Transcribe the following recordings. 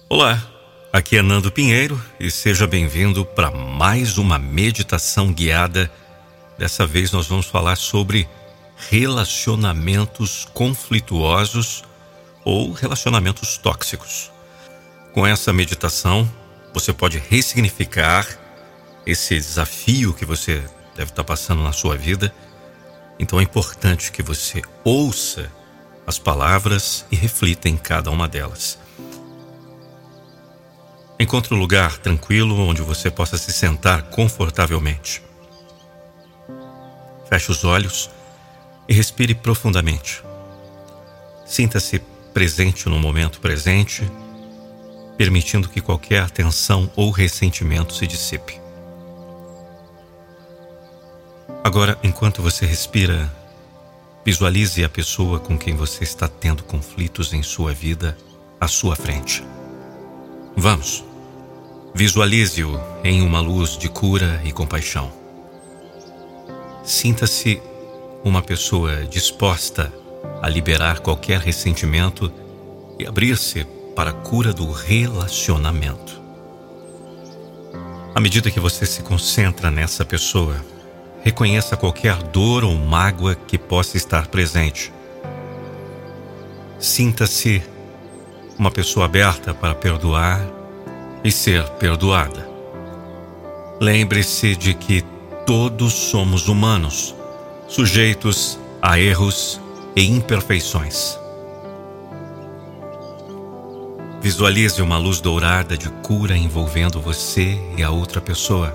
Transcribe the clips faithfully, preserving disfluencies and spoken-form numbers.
Olá, aqui é Nando Pinheiro e seja bem-vindo para mais uma meditação guiada. Dessa vez nós vamos falar sobre relacionamentos conflituosos ou relacionamentos tóxicos. Com essa meditação, você pode ressignificar esse desafio que você deve estar passando na sua vida. Então é importante que você ouça as palavras e reflita em cada uma delas. Encontre um lugar tranquilo onde você possa se sentar confortavelmente. Feche os olhos e respire profundamente. Sinta-se presente no momento presente, permitindo que qualquer tensão ou ressentimento se dissipe. Agora, enquanto você respira, visualize a pessoa com quem você está tendo conflitos em sua vida à sua frente. Vamos! Visualize-o em uma luz de cura e compaixão. Sinta-se uma pessoa disposta a liberar qualquer ressentimento e abrir-se para a cura do relacionamento. À medida que você se concentra nessa pessoa, reconheça qualquer dor ou mágoa que possa estar presente. Sinta-se uma pessoa aberta para perdoar e ser perdoada. Lembre-se de que todos somos humanos, sujeitos a erros e imperfeições. Visualize uma luz dourada de cura envolvendo você e a outra pessoa.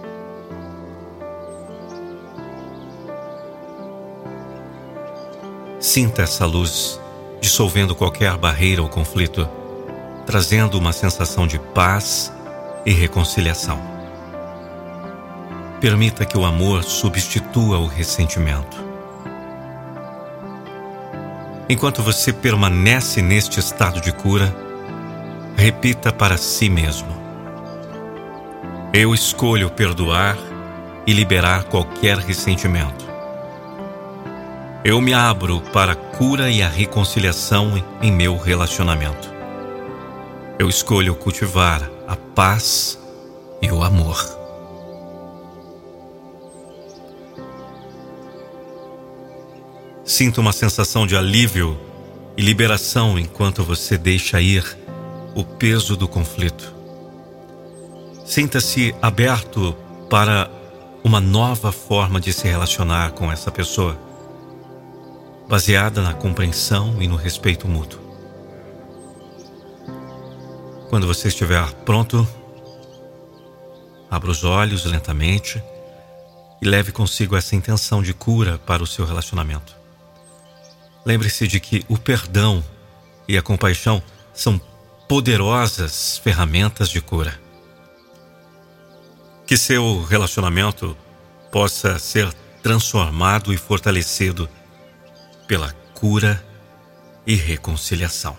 Sinta essa luz dissolvendo qualquer barreira ou conflito, trazendo uma sensação de paz e reconciliação. Permita que o amor substitua o ressentimento. Enquanto você permanece neste estado de cura, repita para si mesmo: eu escolho perdoar e liberar qualquer ressentimento. Eu me abro para a cura e a reconciliação em meu relacionamento. Eu escolho cultivar a paz e o amor. Sinta uma sensação de alívio e liberação enquanto você deixa ir o peso do conflito. Sinta-se aberto para uma nova forma de se relacionar com essa pessoa, baseada na compreensão e no respeito mútuo. Quando você estiver pronto, abra os olhos lentamente e leve consigo essa intenção de cura para o seu relacionamento. Lembre-se de que o perdão e a compaixão são poderosas ferramentas de cura. Que seu relacionamento possa ser transformado e fortalecido pela cura e reconciliação.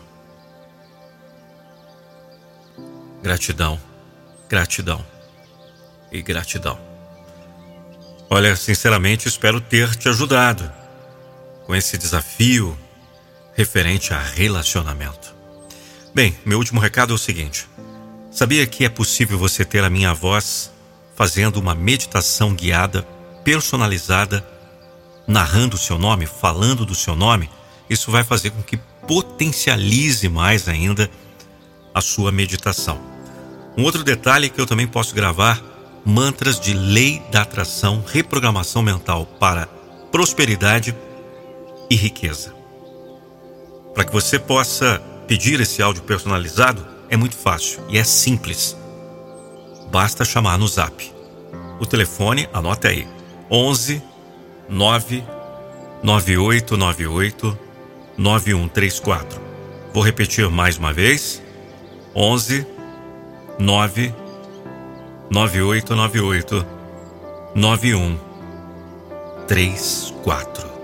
Gratidão, gratidão e gratidão. Olha, sinceramente espero ter te ajudado com esse desafio referente a relacionamento. Bem, meu último recado é o seguinte: sabia que é possível você ter a minha voz fazendo uma meditação guiada, personalizada, narrando o seu nome, falando do seu nome? Isso vai fazer com que potencialize mais ainda a sua meditação. Um outro detalhe é que eu também posso gravar mantras de lei da atração, reprogramação mental para prosperidade e riqueza. Para que você possa pedir esse áudio personalizado, é muito fácil e é simples. Basta chamar no Zap. O telefone, anote aí, onze nove nove oito nove oito nove um três quatro. Vou repetir mais uma vez: onze nove nove oito nove oito nove um três quatro.